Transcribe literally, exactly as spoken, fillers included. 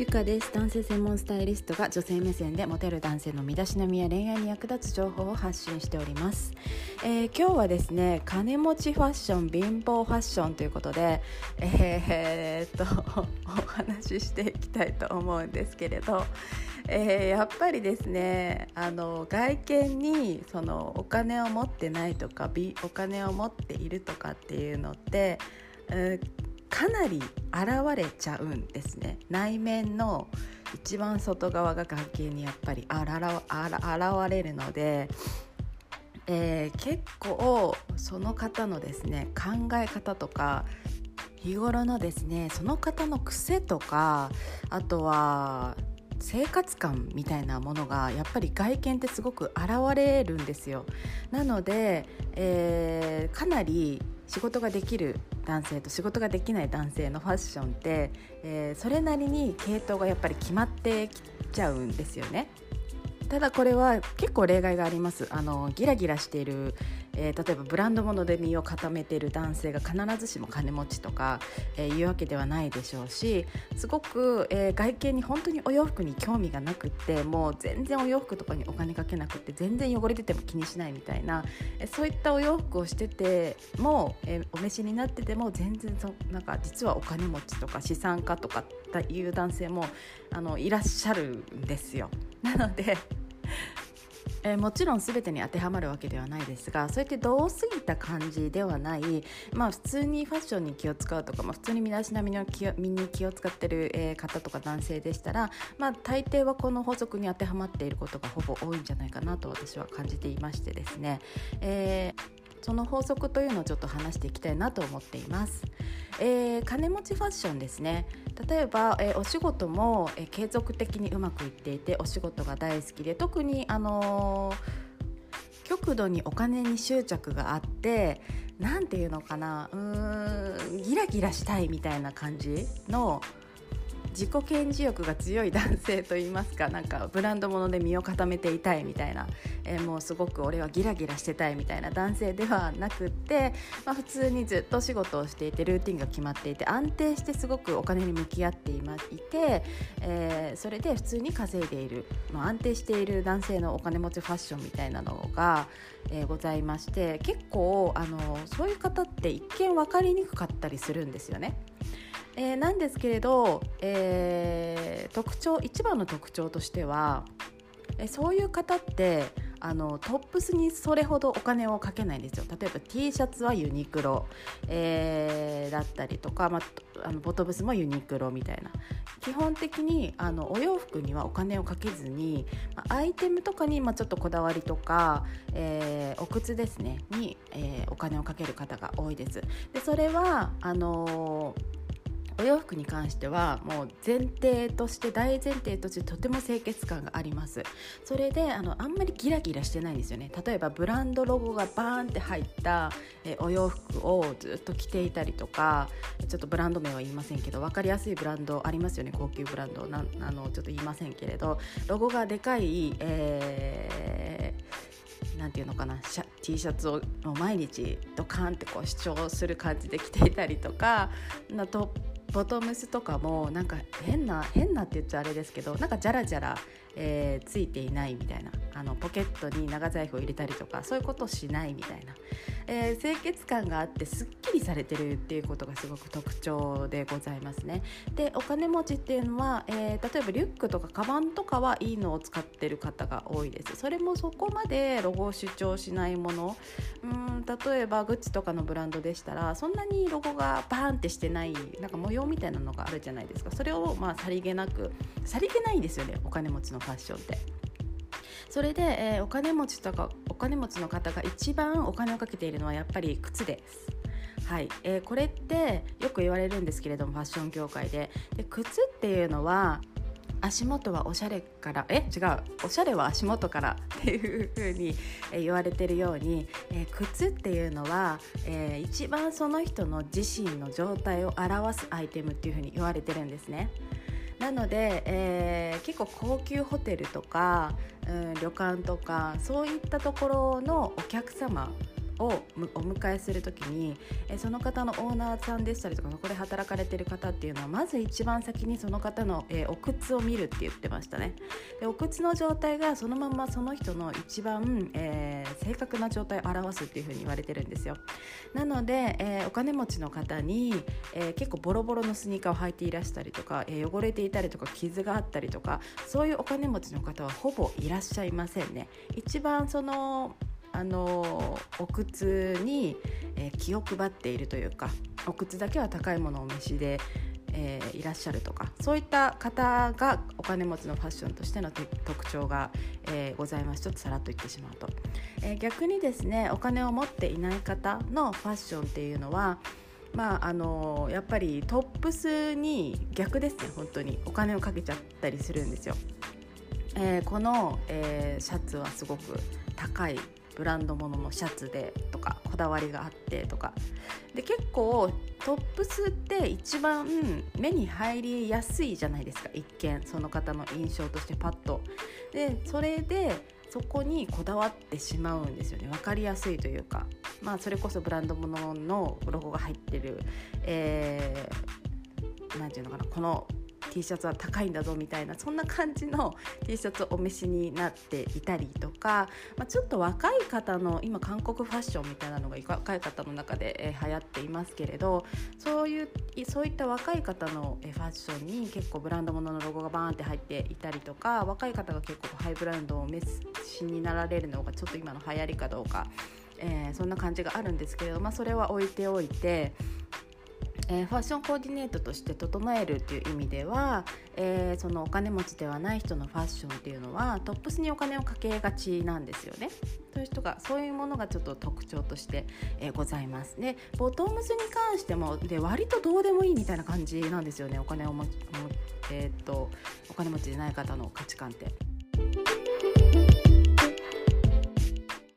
香です。男性専門スタイリストが女性目線でモテる男性の身だしなみや恋愛に役立つ情報を発信しております。えー、今日はですね、金持ちファッション、貧乏ファッションということで、えー、っとお話ししていきたいと思うんですけれど、えー、やっぱりですね、あの外見にそのお金を持ってないとかお金を持っているとかっていうのって、うんかなり現れちゃうんですね。内面の一番外側が外見にやっぱり現れるので、えー、結構その方のですね考え方とか日頃のですねその方の癖とか、あとは生活感みたいなものがやっぱり外見ってすごく現れるんですよ。なので、えー、かなり仕事ができる男性と仕事ができない男性のファッションって、えー、それなりに系統がやっぱり決まってきちゃうんですよね。ただこれは結構例外があります。あのギラギラしている、えー、例えばブランド物で身を固めている男性が必ずしも金持ちとか、えー、いうわけではないでしょうし、すごく、えー、外見に本当にお洋服に興味がなくって、もう全然お洋服とかにお金かけなくって全然汚れてても気にしないみたいな、えー、そういったお洋服をしてても、えー、お召しになってても全然そなんか実はお金持ちとか資産家とかいう男性もあのいらっしゃるんですよ。なのでえー、もちろん全てに当てはまるわけではないですが、そうやってどう過ぎた感じではない、まあ、普通にファッションに気を使うとか、まあ、普通に身だしなみの気を身に気を使ってる、えー、方とか男性でしたら、まあ、大抵はこの法則に当てはまっていることがほぼ多いんじゃないかなと私は感じていましてですね、えーその法則というのをちょっと話していきたいなと思っています。えー、金持ちファッションですね。例えば、えー、お仕事も、えー、継続的にうまくいっていてお仕事が大好きで、特に、あのー、極度にお金に執着があって、なんていうのかな、うーんギラギラしたいみたいな感じの自己顕示欲が強い男性といいますか、なんかブランド物で身を固めていたいみたいな、えー、もうすごく俺はギラギラしてたいみたいな男性ではなくって、まあ、普通にずっと仕事をしていてルーティンが決まっていて安定してすごくお金に向き合っていて、えー、それで普通に稼いでいる、まあ、安定している男性のお金持ちファッションみたいなのが、えー、ございまして、結構あのそういう方って一見分かりにくかったりするんですよね。えー、なんですけれど、えー、特徴一番の特徴としては、えー、そういう方ってあのトップスにそれほどお金をかけないんですよ。例えば T シャツはユニクロ、えー、だったりとか、まあ、あのボトムスもユニクロみたいな、基本的にあのお洋服にはお金をかけずに、まあ、アイテムとかに、まあ、ちょっとこだわりとか、えー、お靴ですねに、えー、お金をかける方が多いです。でそれはあのーお洋服に関してはもう前提として大前提としてとても清潔感があります。それであのあんまりギラギラしてないんですよね。例えばブランドロゴがバーンって入ったえお洋服をずっと着ていたりとか、ちょっとブランド名は言いませんけど分かりやすいブランドありますよね。高級ブランドなんあのちょっと言いませんけれど、ロゴがでかい、えーなんていうのかな、T シャツを毎日ドカーンってこう主張する感じで着ていたりとか、トップボトムスとかもなんか変な変なって言っちゃあれですけど、なんかジャラジャラ、えー、ついていないみたいな、あのポケットに長財布を入れたりとかそういうことをしないみたいな、えー、清潔感があってすっきりされてるっていうことがすごく特徴でございますね。でお金持ちっていうのは、えー、例えばリュックとかカバンとかはいいのを使ってる方が多いです。それもそこまでロゴを主張しないもの、うーん例えばグッチとかのブランドでしたらそんなにロゴがバーンってしてないなんか模様みたいなのがあるじゃないですか。それをまあさりげなくさりげないですよね、お金持ちのファッションって。それで、えー、お金持ちとかお金持ちの方が一番お金をかけているのはやっぱり靴です。はい、えー、これってよく言われるんですけれども、ファッション業界で、で靴っていうのは足元はおしゃれからえ違うおしゃれは足元からっていう風に言われているように、えー、靴っていうのは、えー、一番その人の自身の状態を表すアイテムっていう風に言われてるんですね。なので、えー、結構高級ホテルとか、うん、旅館とかそういったところのお客様をお迎えするときに、えその方のオーナーさんでしたりとかそこで働かれている方っていうのはまず一番先にその方の、えお靴を見るって言ってましたね。でお靴の状態がそのままその人の一番、えー、正確な状態を表すっていうふうに言われてるんですよ。なので、えー、お金持ちの方に、えー、結構ボロボロのスニーカーを履いていらしたりとか、えー、汚れていたりとか傷があったりとか、そういうお金持ちの方はほぼいらっしゃいませんね。一番そのあのお靴に、えー、気を配っているというか、お靴だけは高いものをお召しで、えー、いらっしゃるとか、そういった方がお金持ちのファッションとしての特徴が、えー、ございます。ちょっとさらっと言ってしまうと、えー、逆にですね、お金を持っていない方のファッションっていうのは、まああのやっぱりトップスに逆ですね。本当にお金をかけちゃったりするんですよ。えー、この、えー、シャツはすごく高いブランド物のシャツでとか、こだわりがあってとかで、結構トップスって一番目に入りやすいじゃないですか。一見その方の印象としてパッとで、それでそこにこだわってしまうんですよね。分かりやすいというか、まあそれこそブランド物のロゴが入ってる、えー、なんていうのかな、このT シャツは高いんだぞみたいな、そんな感じの T シャツをお召しになっていたりとか、まあ、ちょっと若い方の今韓国ファッションみたいなのが若い方の中で、えー、流行っていますけれど、そういうそういった若い方の、えー、ファッションに結構ブランド物のロゴがバーンって入っていたりとか、若い方が結構ハイブランドをお召しになられるのがちょっと今の流行りかどうか、えー、そんな感じがあるんですけれど、まあ、それは置いておいて、えー、ファッションコーディネートとして整えるという意味では、えー、そのお金持ちではない人のファッションっていうのはトップスにお金をかけがちなんですよね。そういう人が、そういうものがちょっと特徴として、えー、ございます。でボトムスに関してもで割とどうでもいいみたいな感じなんですよね。お金をも、えー、っとお金持ちでない方の価値観って。